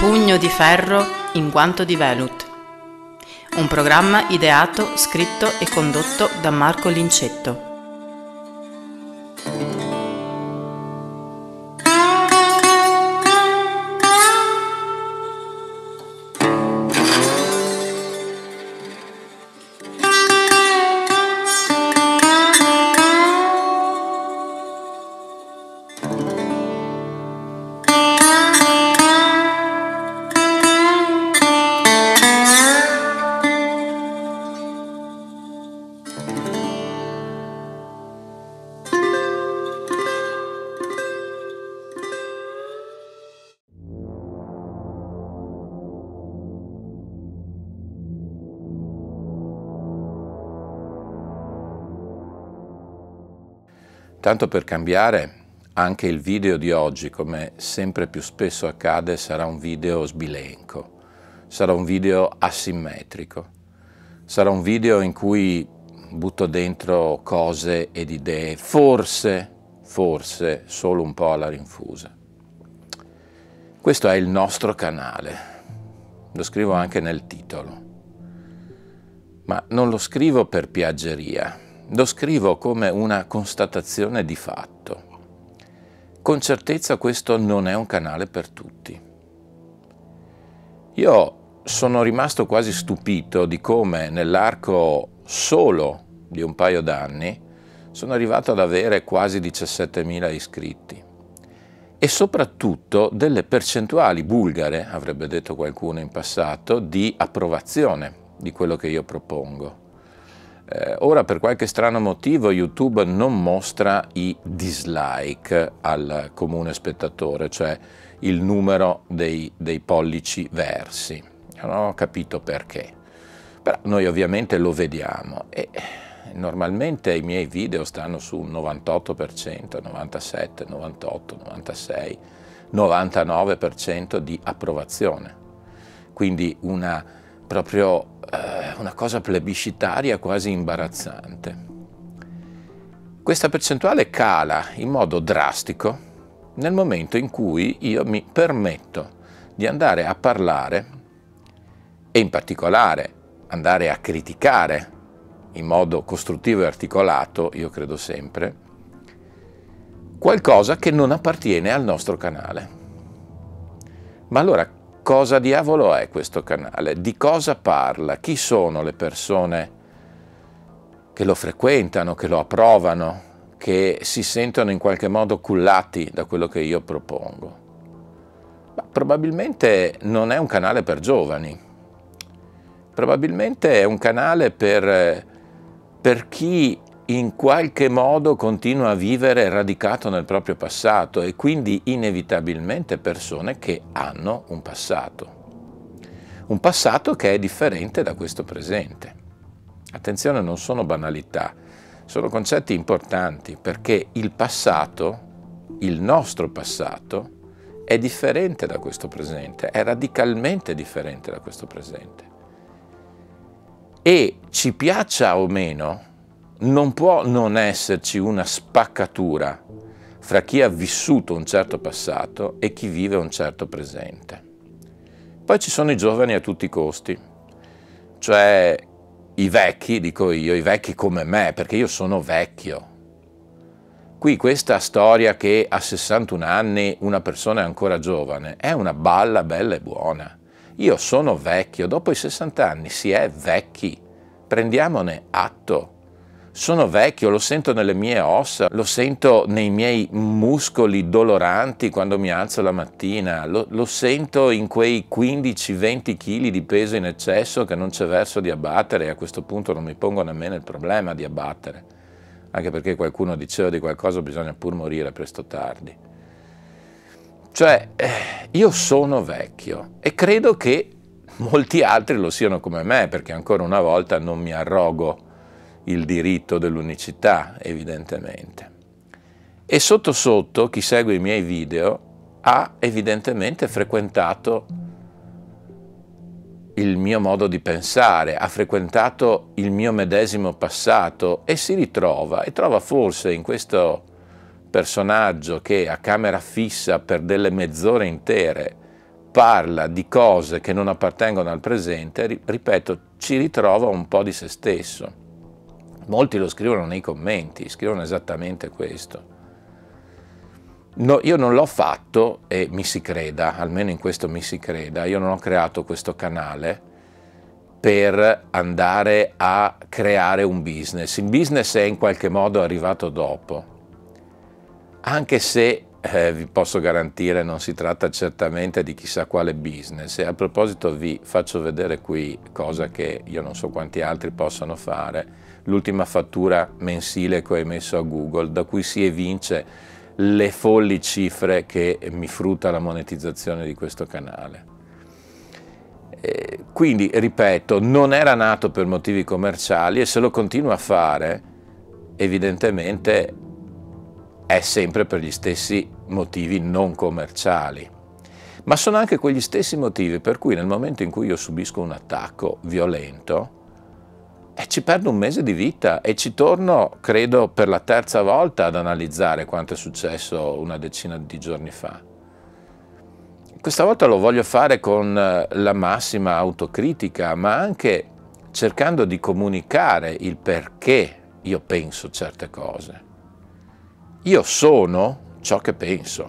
Pugno di ferro in guanto di velut. Un programma ideato, scritto e condotto da Marco Lincetto. Tanto per cambiare, anche il video di oggi, come sempre più spesso accade, sarà un video sbilenco, sarà un video asimmetrico, sarà un video in cui butto dentro cose ed idee, forse solo un po' alla rinfusa. Questo è il nostro canale, lo scrivo anche nel titolo, ma non lo scrivo per piaggeria. Lo scrivo come una constatazione di fatto. Con certezza questo non è un canale per tutti. Io sono rimasto quasi stupito di come nell'arco solo di un paio d'anni sono arrivato ad avere quasi 17.000 iscritti e soprattutto delle percentuali bulgare, avrebbe detto qualcuno in passato, di approvazione di quello che io propongo. Ora per qualche strano motivo YouTube non mostra i dislike al comune spettatore, cioè il numero dei pollici versi. Non ho capito perché, però noi ovviamente lo vediamo e normalmente i miei video stanno su un 98%, 97, 98, 96, 99% di approvazione, quindi proprio una cosa plebiscitaria quasi imbarazzante. Questa percentuale cala in modo drastico nel momento in cui io mi permetto di andare a parlare e in particolare andare a criticare in modo costruttivo e articolato, io credo sempre, qualcosa che non appartiene al nostro canale. Ma allora cosa diavolo è questo canale? Di cosa parla? Chi sono le persone che lo frequentano, che lo approvano, che si sentono in qualche modo cullati da quello che io propongo? Ma probabilmente non è un canale per giovani, probabilmente è un canale per chi in qualche modo continua a vivere radicato nel proprio passato e quindi inevitabilmente persone che hanno un passato che è differente da questo presente. Attenzione, non sono banalità, sono concetti importanti perché il passato, il nostro passato, è differente da questo presente, è radicalmente differente da questo presente. E ci piaccia o meno, non può non esserci una spaccatura fra chi ha vissuto un certo passato e chi vive un certo presente. Poi ci sono i giovani a tutti i costi, cioè i vecchi, dico io, i vecchi come me, perché io sono vecchio. Qui questa storia che a 61 anni una persona è ancora giovane è una balla bella e buona. Io sono vecchio, dopo i 60 anni si è vecchi, prendiamone atto. Sono vecchio, lo sento nelle mie ossa, lo sento nei miei muscoli doloranti quando mi alzo la mattina, lo sento in quei 15-20 kg di peso in eccesso che non c'è verso di abbattere e a questo punto non mi pongo nemmeno il problema di abbattere, anche perché qualcuno diceva di qualcosa bisogna pur morire presto o tardi. Cioè, io sono vecchio e credo che molti altri lo siano come me, perché ancora una volta non mi arrogo il diritto dell'unicità, evidentemente. E sotto sotto chi segue i miei video ha evidentemente frequentato il mio modo di pensare, ha frequentato il mio medesimo passato e si ritrova e trova forse in questo personaggio che a camera fissa per delle mezz'ore intere parla di cose che non appartengono al presente, ripeto, ci ritrova un po' di se stesso. Molti lo scrivono nei commenti, scrivono esattamente questo. No, io non l'ho fatto e mi si creda, almeno in questo mi si creda, io non ho creato questo canale per andare a creare un business. Il business è in qualche modo arrivato dopo, anche se vi posso garantire non si tratta certamente di chissà quale business. E a proposito vi faccio vedere qui, cosa che io non so quanti altri possano fare, l'ultima fattura mensile che ho emesso a Google, da cui si evince le folli cifre che mi frutta la monetizzazione di questo canale. Quindi, ripeto, non era nato per motivi commerciali e se lo continuo a fare, evidentemente è sempre per gli stessi motivi non commerciali. Ma sono anche quegli stessi motivi per cui nel momento in cui io subisco un attacco violento, ci perdo un mese di vita e ci torno, credo, per la terza volta ad analizzare quanto è successo una decina di giorni fa. Questa volta lo voglio fare con la massima autocritica, ma anche cercando di comunicare il perché io penso certe cose. Io sono ciò che penso.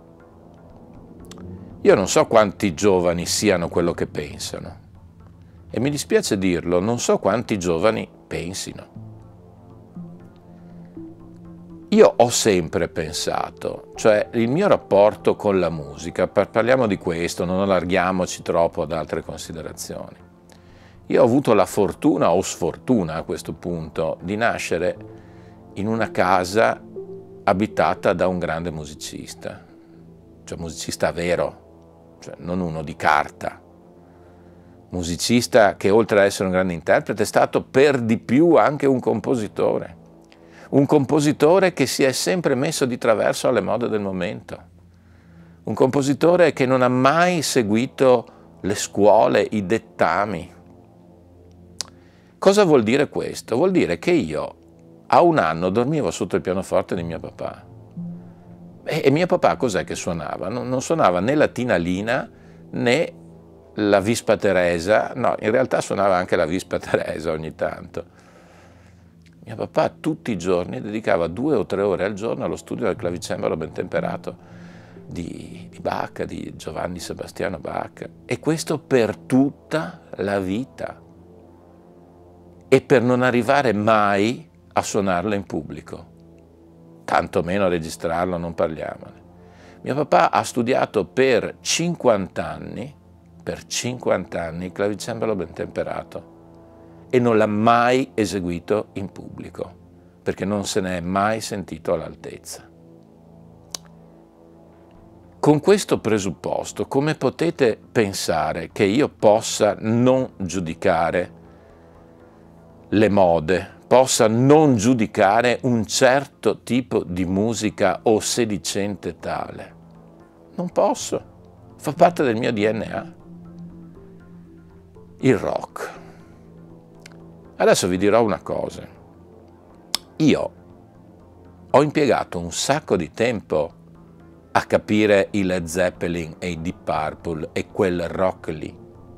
Io non so quanti giovani siano quello che pensano. E mi dispiace dirlo, non so quanti giovani pensino. Io ho sempre pensato, cioè il mio rapporto con la musica, parliamo di questo, non allarghiamoci troppo ad altre considerazioni. Io ho avuto la fortuna o sfortuna a questo punto di nascere in una casa abitata da un grande musicista, cioè musicista vero, cioè non uno di carta. Musicista che oltre ad essere un grande interprete è stato per di più anche un compositore che si è sempre messo di traverso alle mode del momento, un compositore che non ha mai seguito le scuole, i dettami. Cosa vuol dire questo? Vuol dire che io a un anno dormivo sotto il pianoforte di mio papà e mio papà cos'è che suonava? Non suonava né la tinalina né la Vispa Teresa, no, in realtà suonava anche la Vispa Teresa ogni tanto. Mio papà tutti i giorni dedicava 2 o 3 ore al giorno allo studio del clavicembalo ben temperato di Bach, di Giovanni Sebastiano Bach, e questo per tutta la vita, e per non arrivare mai a suonarlo in pubblico, tantomeno a registrarlo, non parliamone. Mio papà ha studiato per 50 anni il clavicembalo ben temperato e non l'ha mai eseguito in pubblico, perché non se ne è mai sentito all'altezza. Con questo presupposto, come potete pensare che io possa non giudicare le mode, possa non giudicare un certo tipo di musica o sedicente tale? Non posso, fa parte del mio DNA. Il rock. Adesso vi dirò una cosa. Io ho impiegato un sacco di tempo a capire i Led Zeppelin e i Deep Purple e quel rock lì.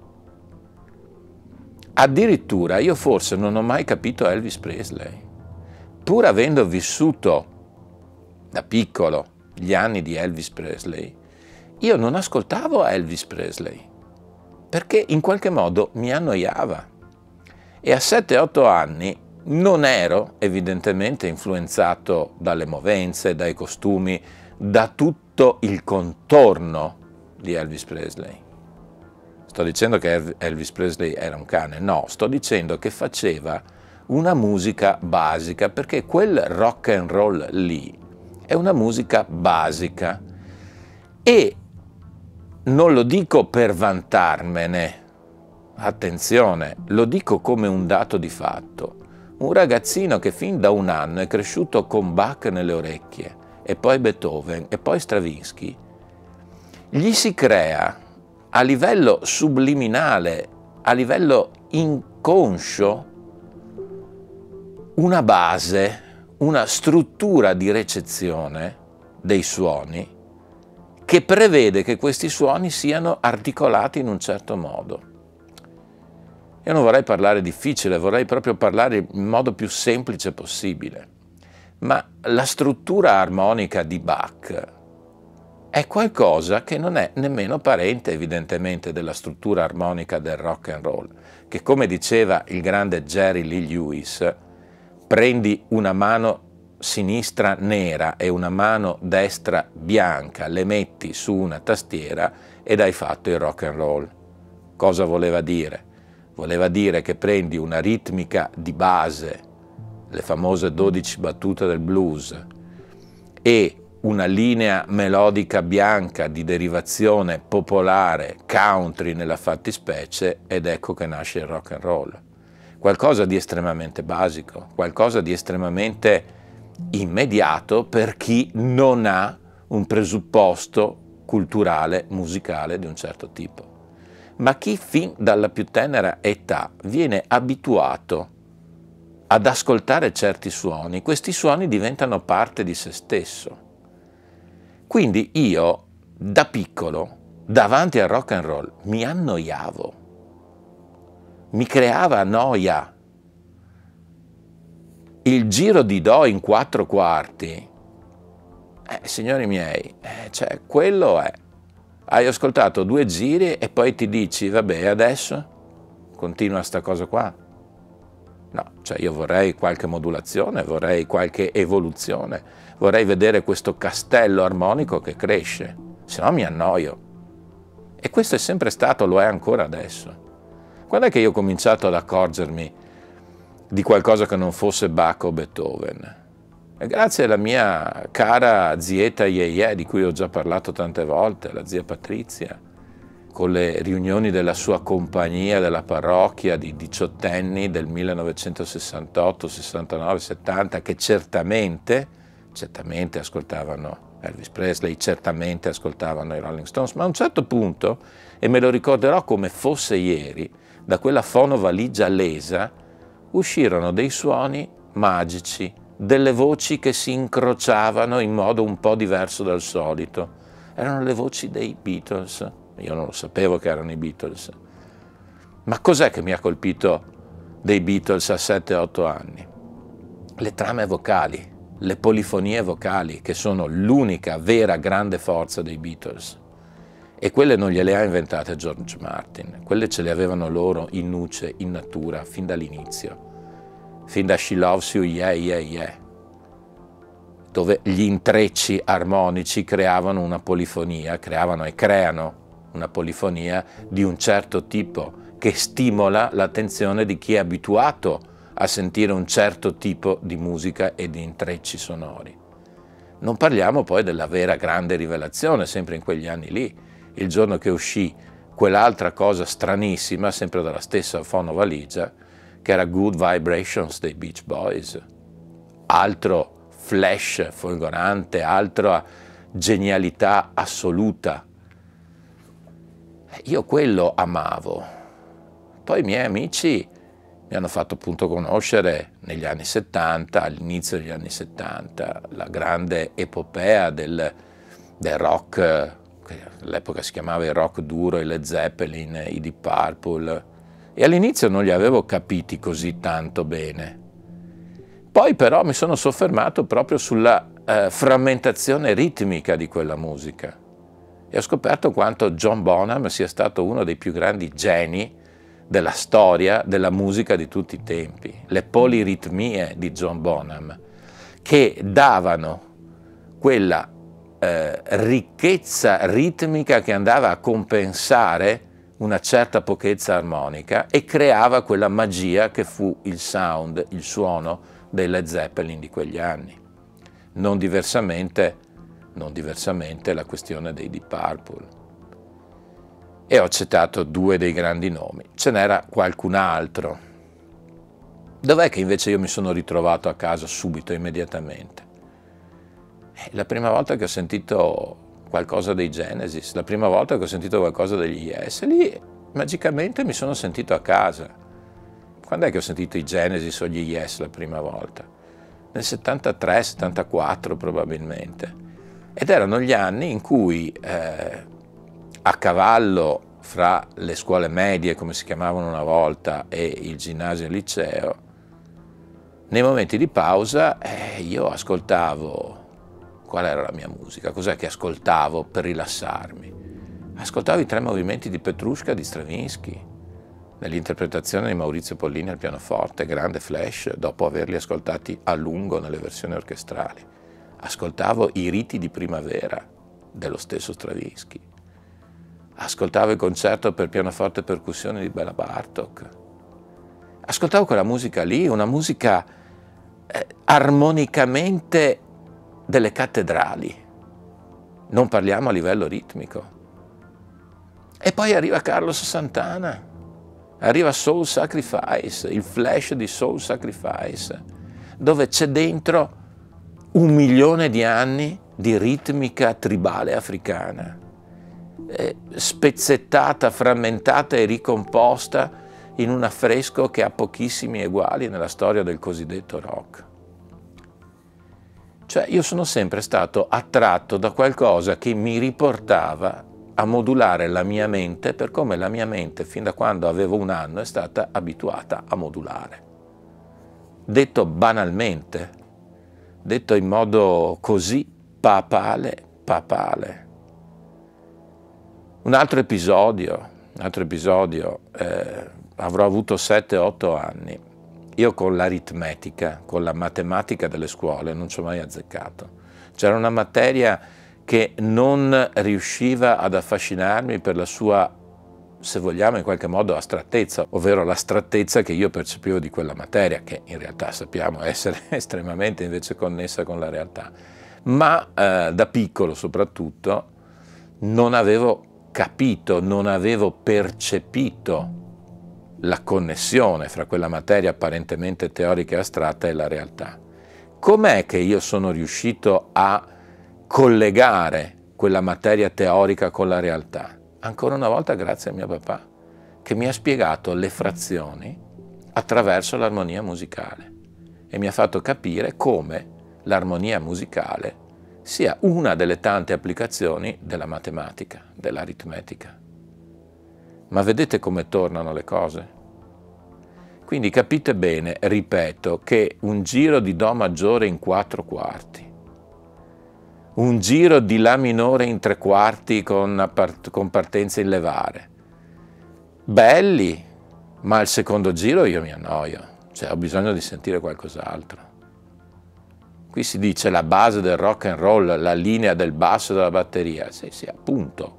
Addirittura io forse non ho mai capito Elvis Presley, pur avendo vissuto da piccolo gli anni di Elvis Presley. Io non ascoltavo Elvis Presley perché in qualche modo mi annoiava, e a 7-8 anni non ero evidentemente influenzato dalle movenze, dai costumi, da tutto il contorno di Elvis Presley. Sto dicendo che Elvis Presley era un cane? No, sto dicendo che faceva una musica basica, perché quel rock and roll lì è una musica basica. E non lo dico per vantarmene, attenzione, lo dico come un dato di fatto. Un ragazzino che fin da un anno è cresciuto con Bach nelle orecchie, e poi Beethoven, e poi Stravinsky, gli si crea a livello subliminale, a livello inconscio, una base, una struttura di recezione dei suoni che prevede che questi suoni siano articolati in un certo modo. Io non vorrei parlare difficile, vorrei proprio parlare in modo più semplice possibile. Ma la struttura armonica di Bach è qualcosa che non è nemmeno parente evidentemente della struttura armonica del rock and roll, che come diceva il grande Jerry Lee Lewis, prendi una mano sinistra nera e una mano destra bianca, le metti su una tastiera ed hai fatto il rock and roll. Cosa voleva dire? Voleva dire che prendi una ritmica di base, le famose 12 battute del blues, e una linea melodica bianca di derivazione popolare, country nella fattispecie, ed ecco che nasce il rock and roll. Qualcosa di estremamente basico, qualcosa di estremamente immediato per chi non ha un presupposto culturale, musicale di un certo tipo. Ma chi fin dalla più tenera età viene abituato ad ascoltare certi suoni, questi suoni diventano parte di se stesso. Quindi io, da piccolo, davanti al rock and roll, mi annoiavo, mi creava noia. Il giro di do in 4/4, signori miei, cioè quello è. Hai ascoltato 2 giri e poi ti dici, vabbè, adesso continua sta cosa qua. No, cioè io vorrei qualche modulazione, vorrei qualche evoluzione, vorrei vedere questo castello armonico che cresce, se no mi annoio. E questo è sempre stato, lo è ancora adesso. Quando è che io ho cominciato ad accorgermi di qualcosa che non fosse Bach o Beethoven? E grazie alla mia cara zietta Yeye, di cui ho già parlato tante volte, la zia Patrizia, con le riunioni della sua compagnia della parrocchia di diciottenni del 1968, 69, 70, che certamente ascoltavano Elvis Presley, certamente ascoltavano i Rolling Stones, ma a un certo punto, e me lo ricorderò come fosse ieri, da quella fonovaligia lesa uscirono dei suoni magici, delle voci che si incrociavano in modo un po' diverso dal solito. Erano le voci dei Beatles. Io non lo sapevo che erano i Beatles. Ma cos'è che mi ha colpito dei Beatles a 7-8 anni? Le trame vocali, le polifonie vocali, che sono l'unica vera grande forza dei Beatles. E quelle non gliele ha inventate George Martin, quelle ce le avevano loro in nuce, in natura, fin dall'inizio. Fin da She Loves You, Yeah, Yeah, Yeah, dove gli intrecci armonici creavano una polifonia, creavano e creano una polifonia di un certo tipo che stimola l'attenzione di chi è abituato a sentire un certo tipo di musica e di intrecci sonori. Non parliamo poi della vera grande rivelazione, sempre in quegli anni lì, il giorno che uscì quell'altra cosa stranissima, sempre dalla stessa fonovaligia, che era Good Vibrations dei Beach Boys, altro flash folgorante, altra genialità assoluta. Io quello amavo. Poi i miei amici mi hanno fatto appunto conoscere negli anni 70, all'inizio degli anni 70, la grande epopea del rock, che all'epoca si chiamava il rock duro, i Led Zeppelin, i Deep Purple, e all'inizio non li avevo capiti così tanto bene. Poi però mi sono soffermato proprio sulla frammentazione ritmica di quella musica e ho scoperto quanto John Bonham sia stato uno dei più grandi geni della storia della musica di tutti i tempi. Le poliritmie di John Bonham, che davano quella ricchezza ritmica che andava a compensare una certa pochezza armonica e creava quella magia che fu il sound, il suono dei Led Zeppelin di quegli anni. Non diversamente la questione dei Deep Purple. E ho citato 2 dei grandi nomi, ce n'era qualcun altro. Dov'è che invece io mi sono ritrovato a casa subito, immediatamente? La prima volta che ho sentito qualcosa dei Genesis, la prima volta che ho sentito qualcosa degli Yes, lì magicamente mi sono sentito a casa. Quando è che ho sentito i Genesis o gli Yes la prima volta? Nel 73, 74 probabilmente. Ed erano gli anni in cui a cavallo fra le scuole medie, come si chiamavano una volta, e il ginnasio e il liceo, nei momenti di pausa io ascoltavo, qual era la mia musica? Cos'è che ascoltavo per rilassarmi? Ascoltavo i 3 movimenti di Petrushka di Stravinsky, nell'interpretazione di Maurizio Pollini al pianoforte, grande flash, dopo averli ascoltati a lungo nelle versioni orchestrali. Ascoltavo i riti di primavera dello stesso Stravinsky. Ascoltavo il concerto per pianoforte e percussioni di Béla Bartók. Ascoltavo quella musica lì, una musica armonicamente delle cattedrali. Non parliamo a livello ritmico. E poi arriva Carlos Santana. Arriva Soul Sacrifice, il flash di Soul Sacrifice, dove c'è dentro 1 milione di anni di ritmica tribale africana, spezzettata, frammentata e ricomposta in un affresco che ha pochissimi eguali nella storia del cosiddetto rock. Cioè, io sono sempre stato attratto da qualcosa che mi riportava a modulare la mia mente per come la mia mente, fin da quando avevo 1 anno, è stata abituata a modulare. Detto banalmente, detto in modo così papale. Un altro episodio, avrò avuto 7-8 anni. Io con l'aritmetica, con la matematica delle scuole, non ci ho mai azzeccato. C'era una materia che non riusciva ad affascinarmi per la sua, se vogliamo, in qualche modo astrattezza, ovvero l'astrattezza che io percepivo di quella materia, che in realtà sappiamo essere estremamente invece connessa con la realtà. Ma da piccolo soprattutto non avevo capito, non avevo percepito la connessione fra quella materia apparentemente teorica e astratta e la realtà. Com'è che io sono riuscito a collegare quella materia teorica con la realtà? Ancora una volta grazie a mio papà, che mi ha spiegato le frazioni attraverso l'armonia musicale e mi ha fatto capire come l'armonia musicale sia una delle tante applicazioni della matematica, dell'aritmetica. Ma vedete come tornano le cose? Quindi capite bene, ripeto, che un giro di Do maggiore in 4/4, un giro di La minore in 3/4 con partenza in levare, belli, ma al secondo giro io mi annoio, cioè ho bisogno di sentire qualcos'altro. Qui si dice la base del rock and roll, la linea del basso e della batteria. Sì, appunto,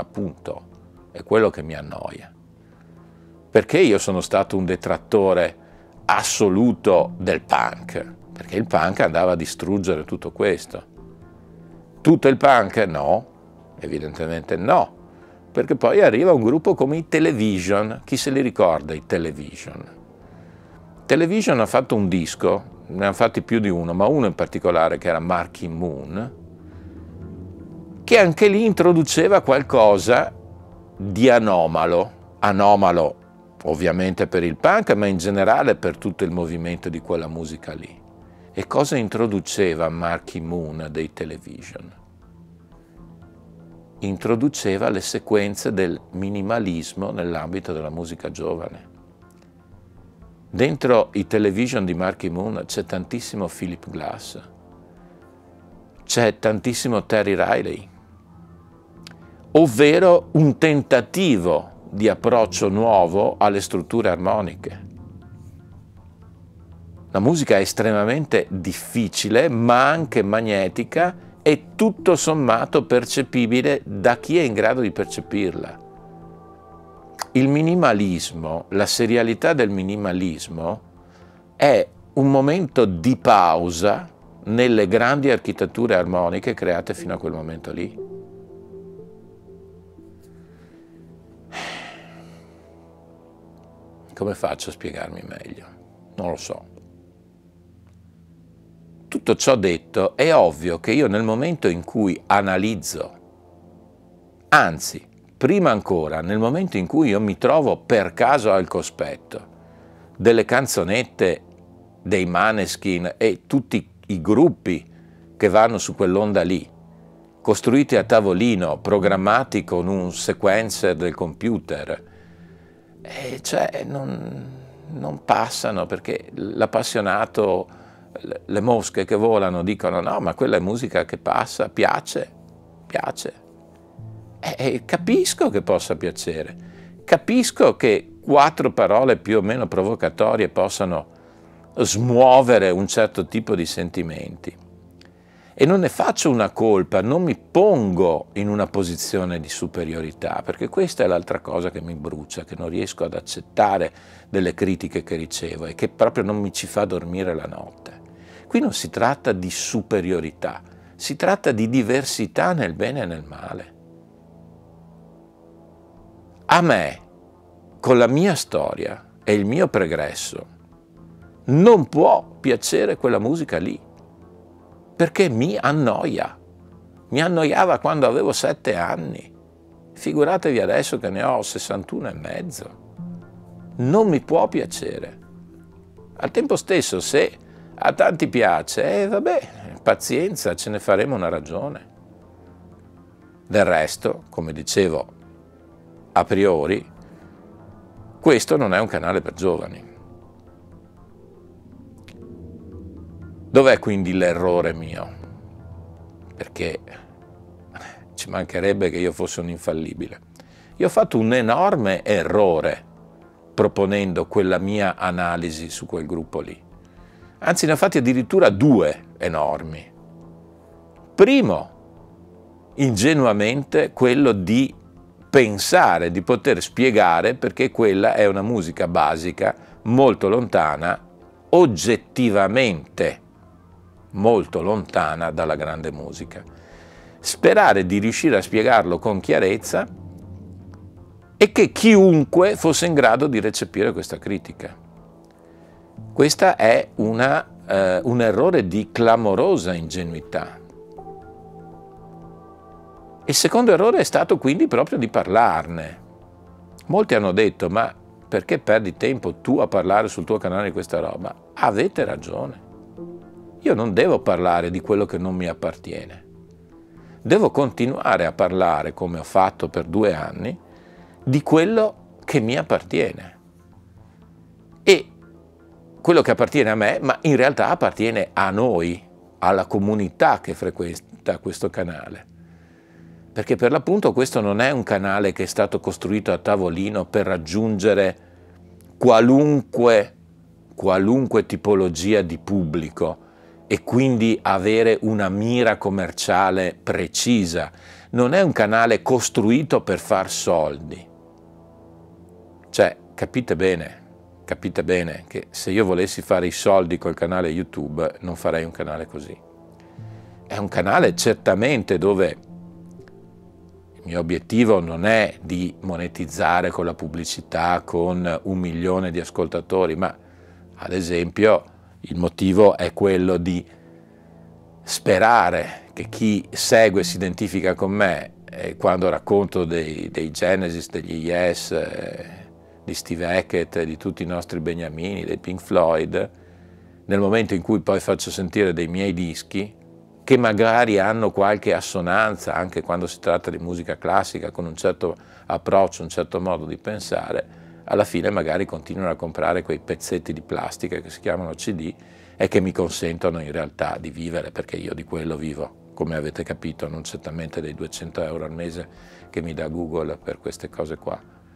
è quello che mi annoia. Perché io sono stato un detrattore assoluto del punk? Perché il punk andava a distruggere tutto questo. Tutto il punk? No, evidentemente no. Perché poi arriva un gruppo come i Television. Chi se li ricorda i Television? Television ha fatto un disco, ne hanno fatti più di uno, ma uno in particolare che era Marquee Moon, che anche lì introduceva qualcosa di anomalo ovviamente per il punk, ma in generale per tutto il movimento di quella musica lì. E cosa introduceva Marquee Moon dei Television? Introduceva le sequenze del minimalismo nell'ambito della musica giovane. Dentro i Television di Marquee Moon c'è tantissimo Philip Glass, c'è tantissimo Terry Riley, ovvero un tentativo di approccio nuovo alle strutture armoniche. La musica è estremamente difficile, ma anche magnetica e tutto sommato percepibile da chi è in grado di percepirla. Il minimalismo, la serialità del minimalismo è un momento di pausa nelle grandi architetture armoniche create fino a quel momento lì. Come faccio a spiegarmi meglio? Non lo so. Tutto ciò detto, è ovvio che io nel momento in cui analizzo, anzi, prima ancora, nel momento in cui io mi trovo per caso al cospetto delle canzonette dei Maneskin e tutti i gruppi che vanno su quell'onda lì, costruiti a tavolino, programmati con un sequencer del computer, cioè non passano, perché l'appassionato, le mosche che volano dicono no, ma quella è musica che passa, piace. Capisco che possa piacere, capisco che 4 parole più o meno provocatorie possano smuovere un certo tipo di sentimenti. E non ne faccio una colpa, non mi pongo in una posizione di superiorità, perché questa è l'altra cosa che mi brucia, che non riesco ad accettare delle critiche che ricevo e che proprio non mi ci fa dormire la notte. Qui non si tratta di superiorità, si tratta di diversità nel bene e nel male. A me, con la mia storia e il mio pregresso, non può piacere quella musica lì, perché mi annoia. Mi annoiava quando avevo 7 anni. Figuratevi adesso che ne ho 61 e mezzo. Non mi può piacere. Al tempo stesso, se a tanti piace, vabbè, pazienza, ce ne faremo una ragione. Del resto, come dicevo a priori, questo non è un canale per giovani. Dov'è quindi l'errore mio? Perché ci mancherebbe che io fossi un infallibile. Io ho fatto un enorme errore proponendo quella mia analisi su quel gruppo lì. Anzi, ne ho fatti addirittura 2 enormi. Primo, ingenuamente, quello di pensare di poter spiegare perché quella è una musica basica molto lontana, oggettivamente molto lontana dalla grande musica. Sperare di riuscire a spiegarlo con chiarezza e che chiunque fosse in grado di recepire questa critica. Questo è un errore di clamorosa ingenuità. Il secondo errore è stato quindi proprio di parlarne. Molti hanno detto, ma perché perdi tempo tu a parlare sul tuo canale di questa roba? Avete ragione. Io non devo parlare di quello che non mi appartiene. Devo continuare a parlare, come ho fatto per 2 anni, di quello che mi appartiene. E quello che appartiene a me, ma in realtà appartiene a noi, alla comunità che frequenta questo canale. Perché per l'appunto questo non è un canale che è stato costruito a tavolino per raggiungere qualunque tipologia di pubblico e quindi avere una mira commerciale precisa. Non è un canale costruito per far soldi. Cioè, capite bene che se io volessi fare i soldi col canale YouTube non farei un canale così. È un canale certamente dove il mio obiettivo non è di monetizzare con la pubblicità con 1 milione di ascoltatori, ma ad esempio il motivo è quello di sperare che chi segue e si identifica con me quando racconto dei Genesis, degli Yes, di Steve Hackett, di tutti i nostri beniamini, dei Pink Floyd, nel momento in cui poi faccio sentire dei miei dischi, che magari hanno qualche assonanza anche quando si tratta di musica classica, con un certo approccio, un certo modo di pensare, alla fine magari continuano a comprare quei pezzetti di plastica che si chiamano CD e che mi consentono in realtà di vivere, perché io di quello vivo, come avete capito, non certamente dei 200 euro al mese che mi dà Google per queste cose qua.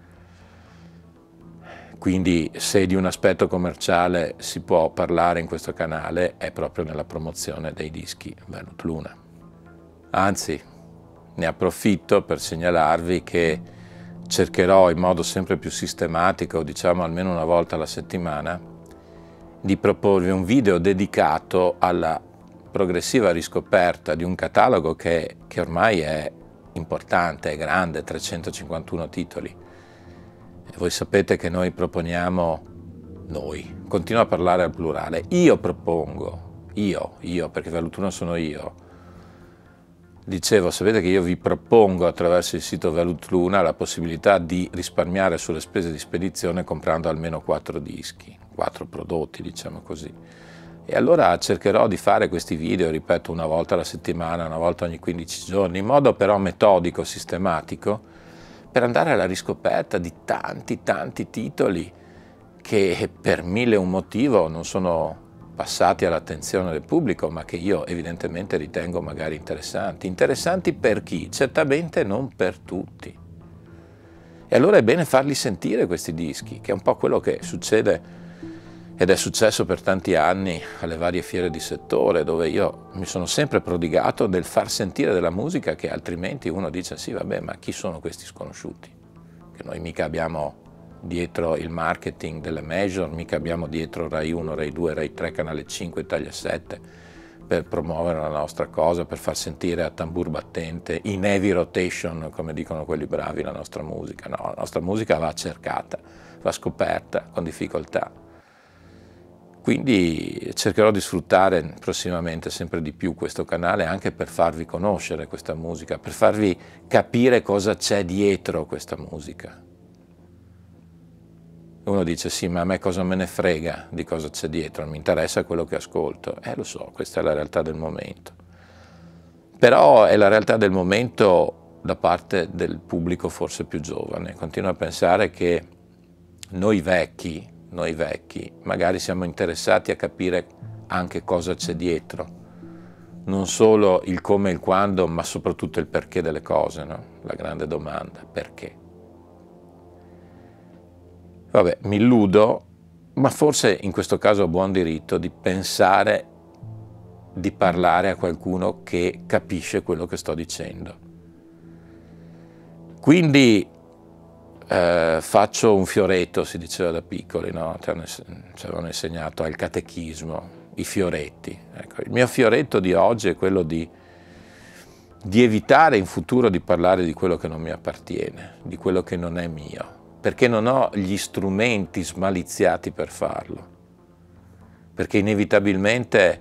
Quindi se di un aspetto commerciale si può parlare in questo canale è proprio nella promozione dei dischi Velut Luna. Anzi, ne approfitto per segnalarvi che cercherò in modo sempre più sistematico, diciamo almeno una volta alla settimana, di proporvi un video dedicato alla progressiva riscoperta di un catalogo che ormai è importante, è grande, 351 titoli. E voi sapete che noi proponiamo, continuo a parlare al plurale, io propongo, io, perché Velut Luna sono io. Dicevo, sapete che io vi propongo attraverso il sito Velut Luna la possibilità di risparmiare sulle spese di spedizione comprando almeno 4 dischi, 4 prodotti, diciamo così. E allora cercherò di fare questi video, ripeto, una volta alla settimana, una volta ogni 15 giorni, in modo però metodico, sistematico, per andare alla riscoperta di tanti titoli che per mille e un motivo non sono passati all'attenzione del pubblico, ma che io evidentemente ritengo magari interessanti. Interessanti per chi? Certamente non per tutti. E allora è bene farli sentire questi dischi, che è un po' quello che succede ed è successo per tanti anni alle varie fiere di settore, dove io mi sono sempre prodigato del far sentire della musica che altrimenti uno dice sì vabbè, ma chi sono questi sconosciuti? Che noi mica abbiamo dietro il marketing delle major, mica abbiamo dietro Rai 1, Rai 2, Rai 3, Canale 5, Italia 7 per promuovere la nostra cosa, per far sentire a tambur battente, in heavy rotation, come dicono quelli bravi, la nostra musica. No, la nostra musica va cercata, va scoperta con difficoltà. Quindi cercherò di sfruttare prossimamente sempre di più questo canale anche per farvi conoscere questa musica, per farvi capire cosa c'è dietro questa musica. Uno dice sì, ma a me cosa me ne frega di cosa c'è dietro, mi interessa quello che ascolto. Lo so, questa è la realtà del momento. Però è la realtà del momento da parte del pubblico forse più giovane. Continuo a pensare che noi vecchi magari siamo interessati a capire anche cosa c'è dietro, non solo il come e il quando, ma soprattutto il perché delle cose, no? La grande domanda, perché? Vabbè, mi illudo, ma forse in questo caso ho buon diritto di pensare di parlare a qualcuno che capisce quello che sto dicendo. Quindi faccio un fioretto, si diceva da piccoli, no? Ci avevano insegnato al catechismo, i fioretti. Ecco, il mio fioretto di oggi è quello di evitare in futuro di parlare di quello che non mi appartiene, di quello che non è mio, perché non ho gli strumenti smaliziati per farlo, perché inevitabilmente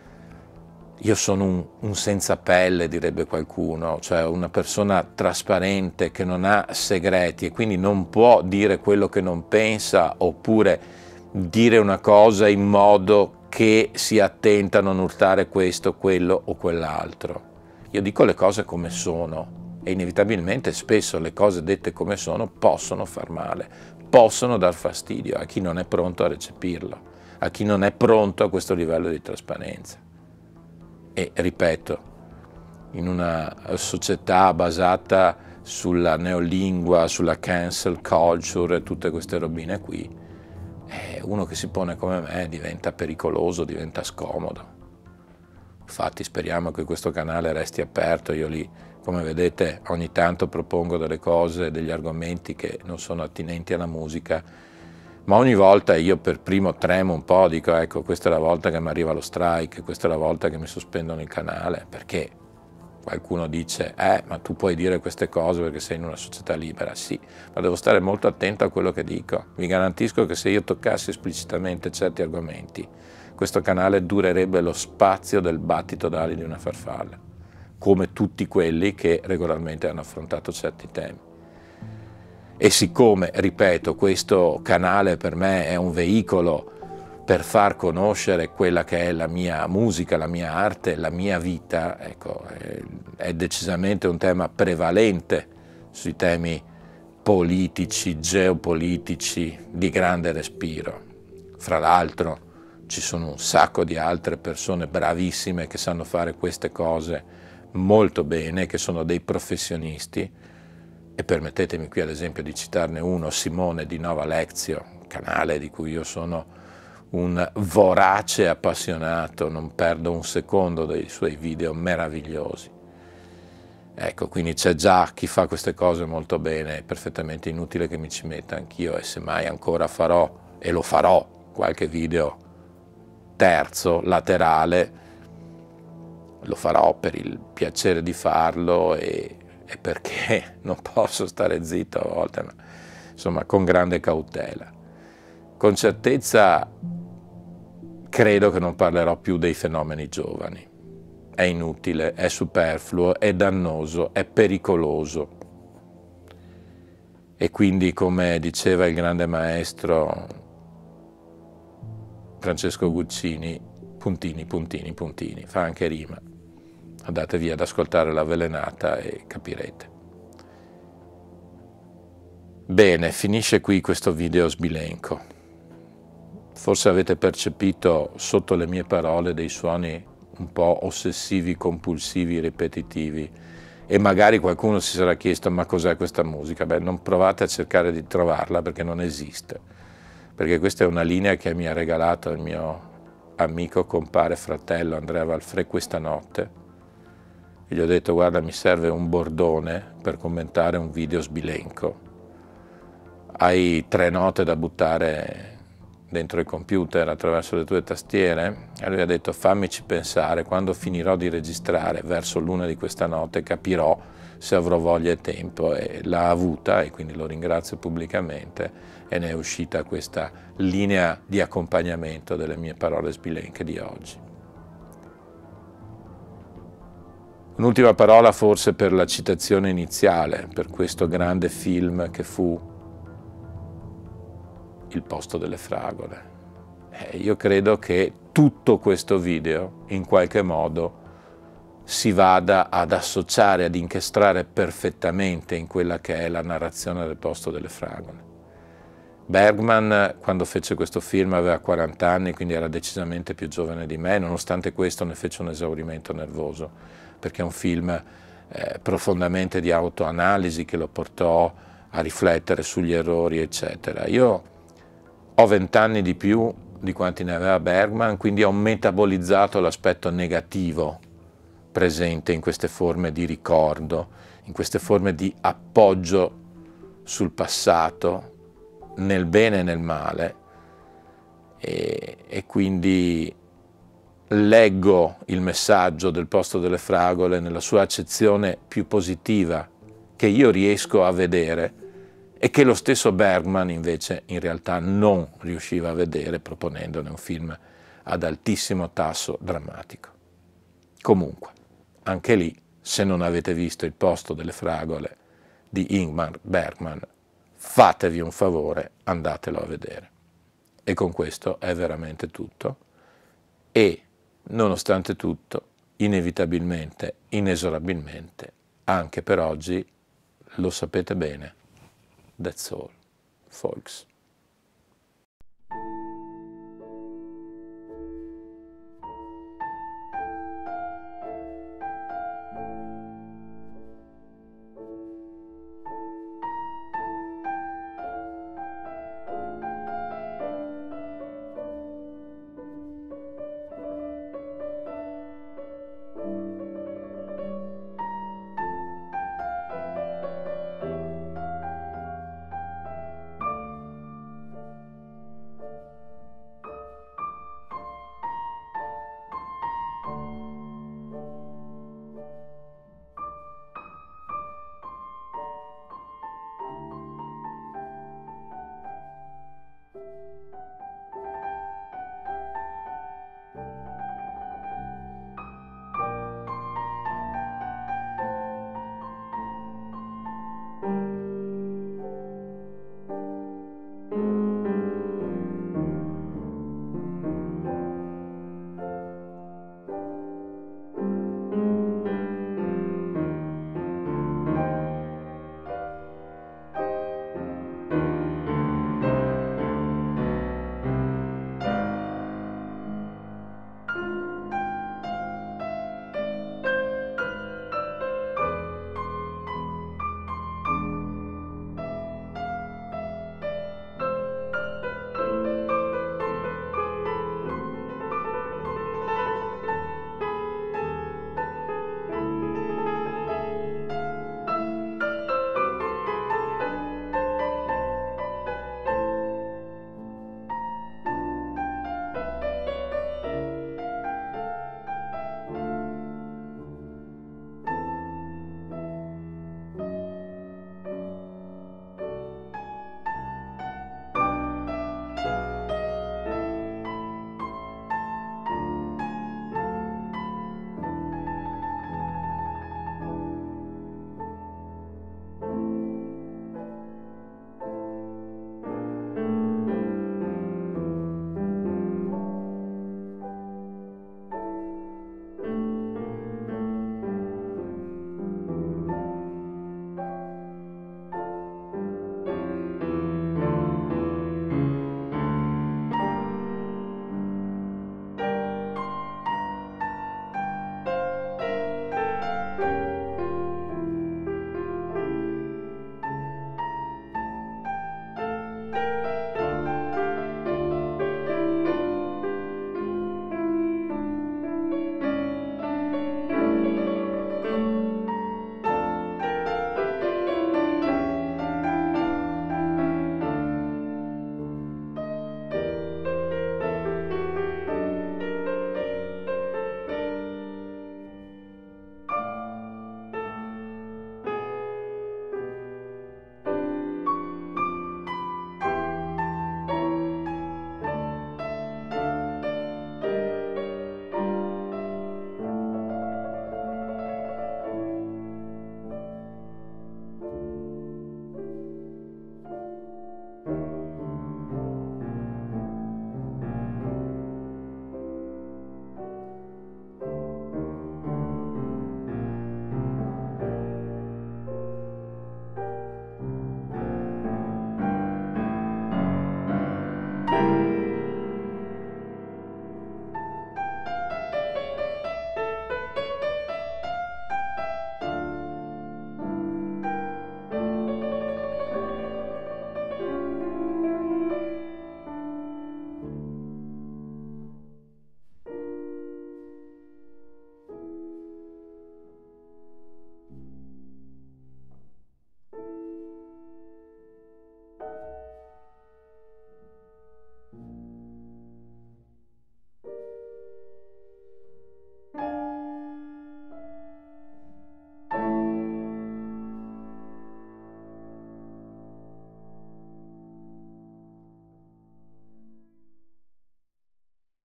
io sono un senza pelle, direbbe qualcuno, cioè una persona trasparente che non ha segreti e quindi non può dire quello che non pensa oppure dire una cosa in modo che sia attenta a non urtare questo, quello o quell'altro. Io dico le cose come sono e inevitabilmente spesso le cose dette come sono possono far male, possono dar fastidio a chi non è pronto a recepirlo, a chi non è pronto a questo livello di trasparenza. E ripeto, in una società basata sulla neolingua, sulla cancel culture e tutte queste robine qui, uno che si pone come me diventa pericoloso, diventa scomodo. Infatti speriamo che questo canale resti aperto, io lì, come vedete, ogni tanto propongo delle cose, degli argomenti che non sono attinenti alla musica, ma ogni volta io per primo tremo un po', dico ecco questa è la volta che mi arriva lo strike, questa è la volta che mi sospendono il canale, perché qualcuno dice ma tu puoi dire queste cose perché sei in una società libera, sì, ma devo stare molto attento a quello che dico. Vi garantisco che se io toccassi esplicitamente certi argomenti, questo canale durerebbe lo spazio del battito d'ali di una farfalla, come tutti quelli che regolarmente hanno affrontato certi temi. E siccome, ripeto, questo canale per me è un veicolo per far conoscere quella che è la mia musica, la mia arte, la mia vita, ecco, è decisamente un tema prevalente sui temi politici, geopolitici, di grande respiro. Fra l'altro ci sono un sacco di altre persone bravissime che sanno fare queste cose molto bene, che sono dei professionisti. E permettetemi qui ad esempio di citarne uno, Simone di Nova Lectio, canale di cui io sono un vorace appassionato, non perdo un secondo dei suoi video meravigliosi. Ecco, quindi c'è già chi fa queste cose molto bene, è perfettamente inutile che mi ci metta anch'io e semmai ancora farò, e lo farò, qualche video terzo, laterale, lo farò per il piacere di farlo e perché non posso stare zitto a volte, ma insomma con grande cautela. Con certezza credo che non parlerò più dei fenomeni giovani. È inutile, è superfluo, è dannoso, è pericoloso. E quindi, come diceva il grande maestro Francesco Guccini, puntini, puntini, puntini, fa anche rima. Andatevi ad ascoltare l'Avvelenata e capirete. Bene, finisce qui questo video sbilenco. Forse avete percepito sotto le mie parole dei suoni un po' ossessivi, compulsivi, ripetitivi, e magari qualcuno si sarà chiesto: ma cos'è questa musica? Beh, non provate a cercare di trovarla, perché non esiste, perché questa è una linea che mi ha regalato il mio amico, compare, fratello Andrea Valfrè questa notte, e gli ho detto: guarda, mi serve un bordone per commentare un video sbilenco, hai 3 note da buttare dentro il computer attraverso le tue tastiere? E lui ha detto: fammici pensare, quando finirò di registrare verso l'1 di questa notte capirò se avrò voglia e tempo, e l'ha avuta, e quindi lo ringrazio pubblicamente, e ne è uscita questa linea di accompagnamento delle mie parole sbilenche di oggi. Un'ultima parola forse per la citazione iniziale, per questo grande film che fu Il posto delle fragole. Io credo che tutto questo video in qualche modo si vada ad associare, ad incastrare perfettamente in quella che è la narrazione del posto delle fragole. Bergman, quando fece questo film, aveva 40 anni, quindi era decisamente più giovane di me. Nonostante questo ne fece un esaurimento nervoso, perché è un film profondamente di autoanalisi, che lo portò a riflettere sugli errori, eccetera. Io ho 20 anni di più di quanti ne aveva Bergman, quindi ho metabolizzato l'aspetto negativo presente in queste forme di ricordo, in queste forme di appoggio sul passato, nel bene e nel male, e quindi leggo il messaggio del posto delle fragole nella sua accezione più positiva che io riesco a vedere, e che lo stesso Bergman invece in realtà non riusciva a vedere, proponendone un film ad altissimo tasso drammatico. Comunque, anche lì, se non avete visto Il posto delle fragole di Ingmar Bergman, fatevi un favore, andatelo a vedere. E con questo è veramente tutto, e nonostante tutto, inevitabilmente, inesorabilmente, anche per oggi, lo sapete bene, that's all, folks.